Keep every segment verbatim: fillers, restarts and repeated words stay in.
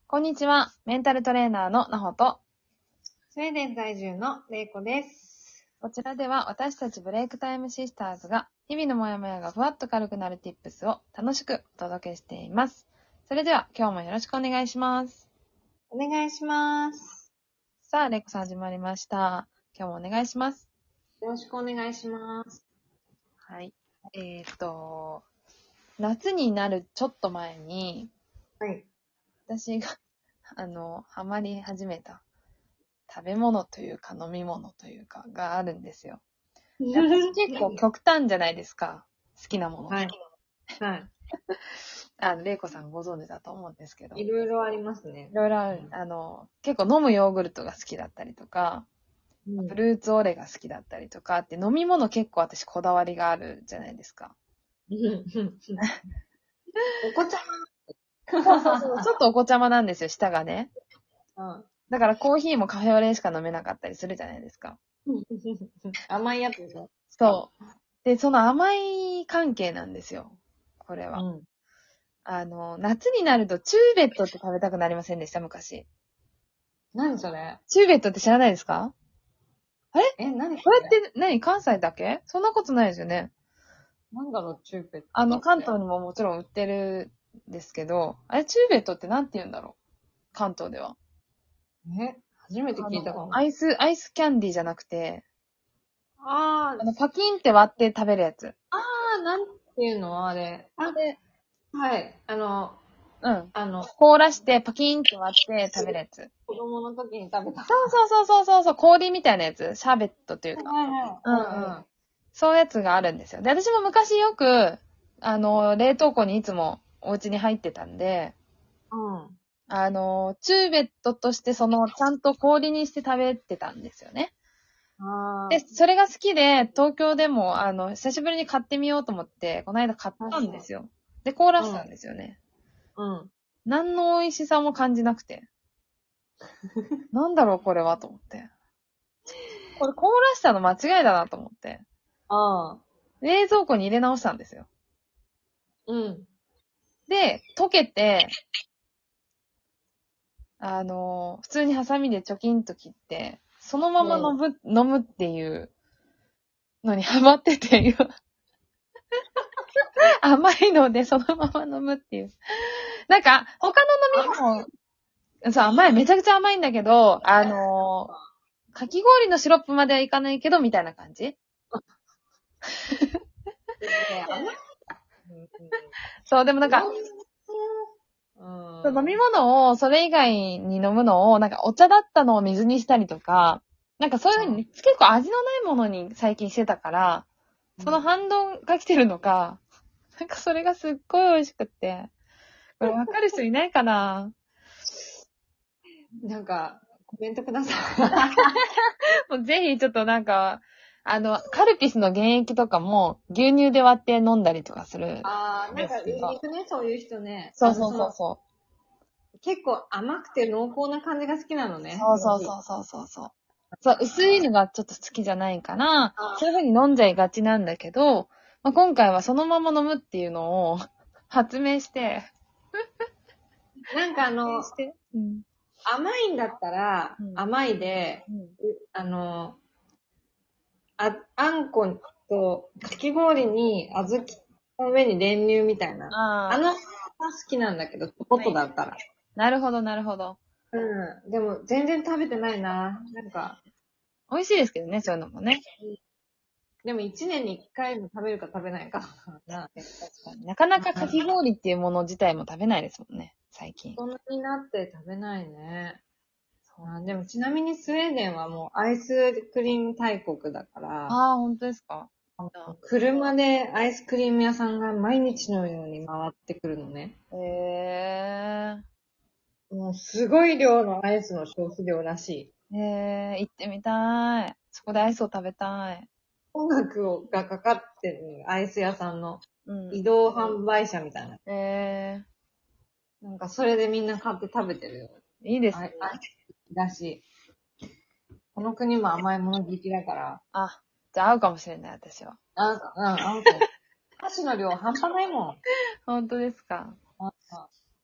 こんにちは。メンタルトレーナーのなほと、 スウェーデン在住のれいこです。 こちらでは私たちブレイクタイムシスターズが日々のモヤモヤがふわっと軽くなる Tips を楽しくお届けしています。それでは今日もよろしくお願いします。 お願いします。 さあ、レイコさん始まりました。今日もお願いします。 よろしくお願いします。 はい。えーっと、夏になるちょっと前に、 はい。 私が、あの、ハマり始めた食べ物というか飲み物というかがあるんですよ。私結構極端じゃないですか。好きなもの。 はい。はあの、レイコさんご存知だと思うんですけど。 い。いろいろありますねい。ろいろある。あの、結構飲むヨーグルトが好きだったりとか、 うんフルーツオレが好きだったりとかって飲み物結構私こだわりがあるじゃないですか。 お子ちゃそうそうそう。ちょっとお子ちゃまなんですよ、舌がね。 ま。 だからコーヒーもカフェオレしか飲めなかったりするじゃないですか。 甘いやつでしょ。 そう。で、その甘い関係なんですよ。これは。 ん。 あの、夏になるとチューベットって食べたくなりませんでした、昔。 何それ？ チューベットって知らないですか？あれえ、何これって何関西だけ？そんなことないですよね。 なんだろう、チューペット。 あの、関東にももちろん売ってるんですけど、あれ、チューベットってなんて言うんだろう？関東では。 え、初めて聞いたかも。 アイス、アイスキャンディーじゃなくて、 あー、 あの、パキンって割って食べるやつ。 あー、なんていうのあれ。あ、 で、 はい。あの、 うん。 あの、 凍らしてパキンって割って食べるやつ。 子供の時に食べた。 そうそうそうそうそうそう、氷みたいなやつ。シャーベットっていうか。 はいはい。 うんうん。そういうやつがあるんですよ。で、私も昔よく、あの、冷凍庫にいつもお家に入ってたんで、 うん。 あの、チューベットとしてその、ちゃんと氷にして食べてたんですよね。で、 あそれが好きで、東京でも、あの、久しぶりに買ってみようと思って、この間買ったんですよ。で、凍らしたんですよね。 あ。うん。 何の美味しさも感じなくて。なんだろう、これは、と思って。これ凍らしたの間違いだなと思って。 ああ。 冷蔵庫に入れ直したんですよ。 うん。 で、溶けて、あの、普通にハサミでチョキンと切って、そのまま飲む、飲むっていうのにハマってて、今甘いのでそのまま飲むっていう。なんか、他の飲み物、そう、甘い、めちゃくちゃ甘いんだけど、あの、かき氷のシロップまではいかないけど、みたいな感じ？そう、でもなんか、 うん。 飲み物をそれ以外に飲むのを、なんかお茶だったのを水にしたりとか、なんかそういうふうに結構味のないものに最近してたから、その反動が来てるのか、なんかそれがすっごい美味しくって、これわかる人いないかな？ なんか、コメントくださもうぜひちょっとなんか、あの、カルピスの原液とかも牛乳で割って飲んだりとかする。 ああ、なんか、 ですけどいくね、そういう人ね。 そうそうそうそ結構甘くて濃厚な感じが好きなのう。 ね。 そうそうそうそうそうそう。そう、薄いのがちょっと好きじゃないから、 あーそういう風に飲んじゃいがちなんだけど、まあ、今回はそのまま飲むっていうのを発明して、 なんかあの、 して、うん。 甘いんだったら、 うん甘いで、 うん。 うあの、あ、あんこと、かき氷に小豆の上に練乳みたいな。 ああ、 あの、好きなんだけど、ホットだったら。 なるほどなるほど。 うん。でも、全然食べてないな。なんか、 美味しいですけどね、そういうのもね。 でも一年に一回も食べるか食べないかな。 確かに。なかなかかき氷っていうもの自体も食べないですもんね、最近。 大人になって食べないね。あでもちなみにスウェーデンはもうアイスクリーム大国だから、 ああ、本当ですか？ 車でアイスクリーム屋さんが毎日のように回ってくるのね。 へもうすごい量のアイスの消費量らしい。 え。へえ、行ってみたい。そこでアイスを食べたい。 音楽をがかかってるアイス屋さんのうん。 移動販売車みたいな。 へえ、 なんかそれでみんな買って食べてるよ。 いいですね。 あい、あいだし。この国も甘いもの好きだから。 あ、じゃあ合うかもしれない、私は。 なんか、うん、あんた、箸の量半端ないもん。 本当ですか？ ああ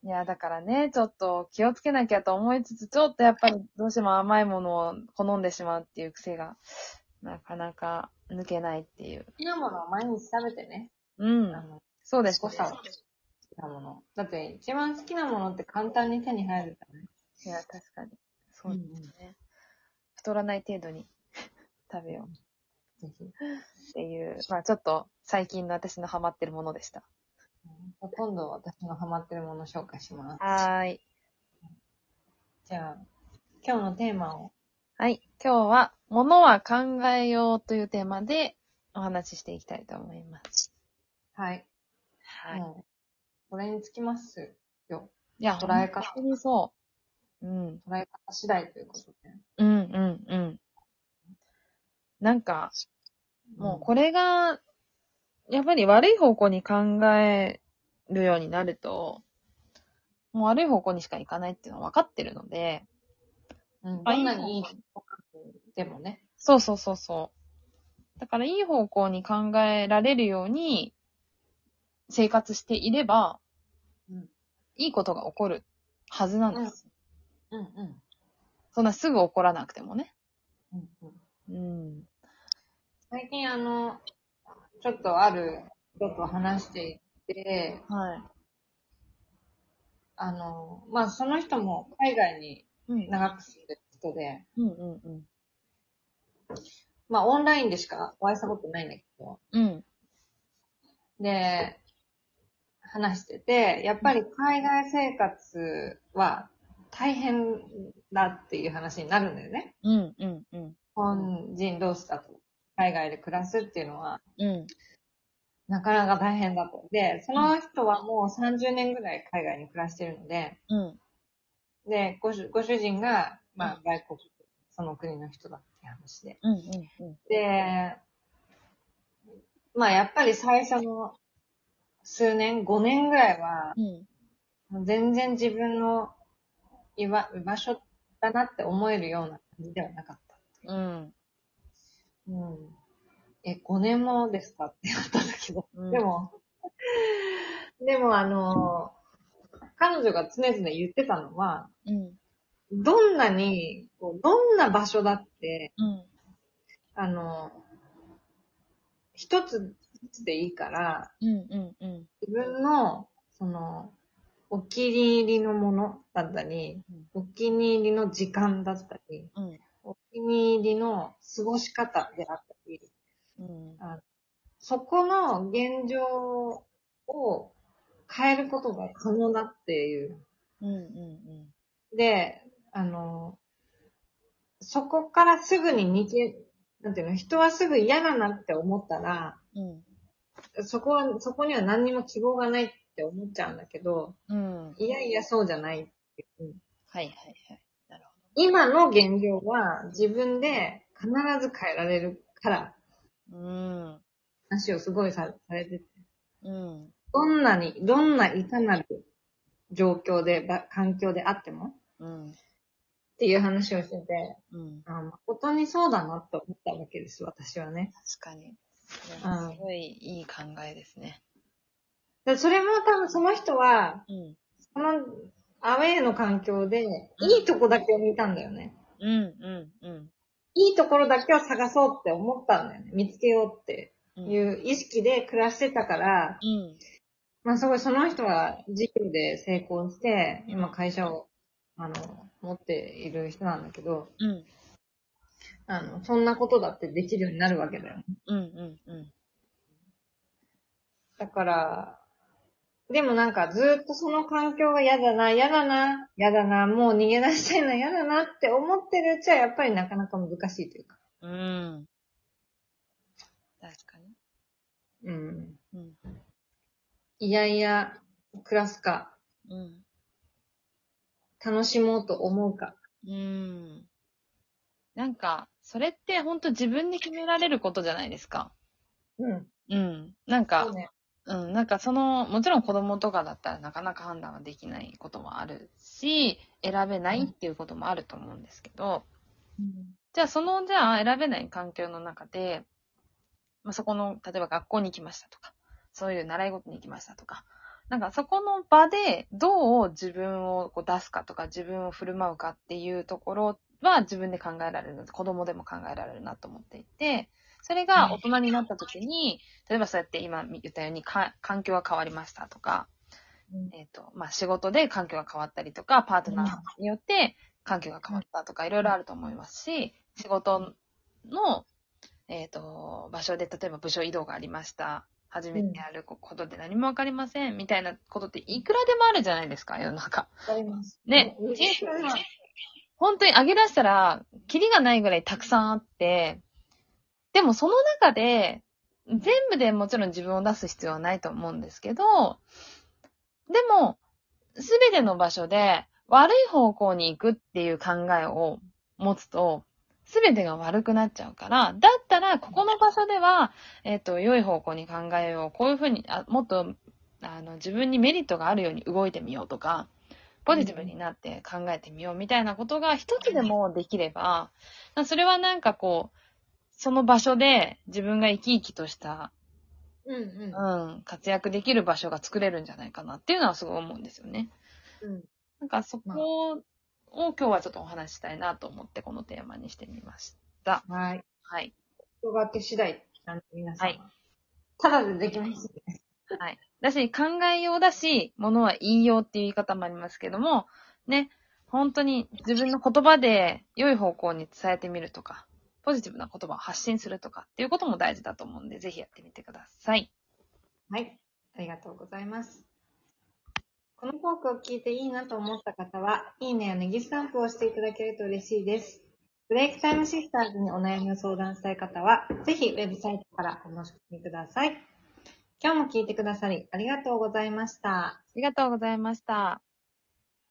いや、だからね、ちょっと気をつけなきゃと思いつつ、ちょっとやっぱりどうしても甘いものを好んでしまうっていう癖が、なかなか抜けないっていう。 好きなものを毎日食べてね。 うん。 あの、 そうですね。 誤差を好きなもの。だって一番好きなものって簡単に手に入るからね。 いや、確かに。そうですね。太らない程度に食べようぜひ。 っていう、まあちょっと最近の私のハマってるものでした。 今度私のハマってるものを紹介します。 はーい。 じゃあ、今日のテーマを。 はい。今日は、ものは考えようというテーマでお話ししていきたいと思います。 はい。 はい。 もう、これにつきますよ。 いや、 捉え方本当にそう。うん。 捉え方次第ということで。 うん、うん、うん。なんか、もうこれが、やっぱり悪い方向に考えるようになると、もう悪い方向にしか行かないっていうのは分かってるので、 うん。 あ、 どんいいなにいいでもね。 そうそうそうそう。だからいい方向に考えられるように生活していれば、 うん。 いいことが起こるはずなんです。 うんうん。 そんなすぐ起こらなくてもね。 うんうん。 うん。 最近あの、ちょっとある人と話していて、 はい。 あの、まあ、その人も海外にうん。 長く住んでる人で、 うんうんうん。 まあ、オンラインでしかお会いしたことないんだけど、 うん。 で、話してて、やっぱり海外生活は大変だっていう話になるんだよね。 うんうんうん。 日本人同士だと海外で暮らすっていうのは、 うん。 なかなか大変だと。で、その人はもうさんじゅうねんぐらい海外に暮らしてるので、 うん。 で、ご主ご主人が、まあ、外国、その国の人だって話で。 うんうんうん。 で、まあ、やっぱり最初の数年、ごねんぐらいは、 うん。 全然自分の居場居場所だなって思えるような感じではなかった。 うん。 うん。え、ごねんもですかって言ったんだけど。 うん。 でも、でもあの、彼女が常々言ってたのは、 うん。 どんなに、こうどんな場所だって、 うん。 あの、一つずつでいいから、 うんうんうん。 自分の、その、お気に入りのものだったり、 うんお気に入りの時間だったり、 うん。 お気に入りの過ごし方であったり、 うん。 あそこの現状を変えることが可能だっていう。 うんうんで、あの、そこからすぐに逃げ、なんていうの、人はすぐ嫌だなって思ったら、 うんそこは、そこには何にも希望がないって思っちゃうんだけど、 うん。うん。 いやいやそうじゃないっていう。 はいはいはい。なるほ今の現状は自分で必ず変えられるからど。うん。 話をすごいさされてて、 うん。 どんなに、どんないかなる状況で、ば環境であってもうん。 っていう話をしてて、 うん。 あ誠にそうだなと思ったわけです、私はね。 確かに。すうん。 ごいいい考えですね。 でそれも多分その人は、 うん。 そのアウェイの環境で、 うんいいとこだけを見たんだよね。 うんうんうん。 いいところだけを探そうって思ったんだよね。見つけようってうん。 いう意識で暮らしてたから、 うん。 まあすごいその人は事業で成功して、 うん今会社を、あの、持っている人なんだけど、 うん。 あの、そんなことだってできるようになるわけだよ。 うんうんうん。 だから、でもなんかずっとその環境が嫌だな、嫌だな、嫌だな、もう逃げ出したいな、嫌だなって思ってるうちはやっぱりなかなか難しいというか。 うん。確かに。 うん。 うん。 いやいや暮らすか、 うん。 楽しもうと思うか。 うん。なんか、それってほんと自分で決められることじゃないですか。 うん。 うん。なんか、 そうね。 うん、なんかその、もちろん子供とかだったらなかなか判断はできないこともあるし、選べないっていうこともあると思うんですけど、 うん。 じゃあその、じゃあ選べない環境の中で、まあ、そこの、例えば学校に行きましたとか、そういう習い事に行きましたとか、 なんかそこの場でどう自分をこう出すかとか自分を振る舞うかっていうところは自分で考えられる。子供でも考えられるなと思っていて、それが大人になった時に、例えばそうやって今言ったようにか環境が変わりましたとか、えっと、まあ、仕事で環境が変わったりとか、パートナーによって環境が変わったとか、いろいろあると思いますし、仕事の、えっと、場所で、例えば部署移動がありました。初めてやることで何もわかりません。みたいなことっていくらでもあるじゃないですか、世の中。 わかります。 ね。 うん人生本当に上げ出したら、キリがないぐらいたくさんあって、でもその中で、全部でもちろん自分を出す必要はないと思うんですけど、でも、すべての場所で悪い方向に行くっていう考えを持つと、すべてが悪くなっちゃうから、だったら、ここの場所では、えっと、良い方向に考えよう。こういうふうに、あもっと、あの、自分にメリットがあるように動いてみようとか、ポジティブになって考えてみようみたいなことが一つでもできれば、それはなんかこう、その場所で自分が生き生きとしたうんうん。 うん、活躍できる場所が作れるんじゃないかなっていうのはすごい思うんですよね。 うん。 なんかそこを今日はちょっとお話ししたいなと思ってこのテーマにしてみました。 はい。 はい。 人がけ次第なんで皆さん。 はい。 ただでできますね。 はい。だし、考えようだし、ものは言いようっていう言い方もありますけども、ね、本当に自分の言葉で良い方向に伝えてみるとか、ポジティブな言葉を発信するとかっていうことも大事だと思うんで、ぜひやってみてください。 はい。ありがとうございます。このトークを聞いていいなと思った方は、いいねやネギスタンプをしていただけると嬉しいです。ブレイクタイムシスターズにお悩みを相談したい方は、ぜひウェブサイトからお申し込みください。今日も聞いてくださりありがとうございました。 ありがとうございました。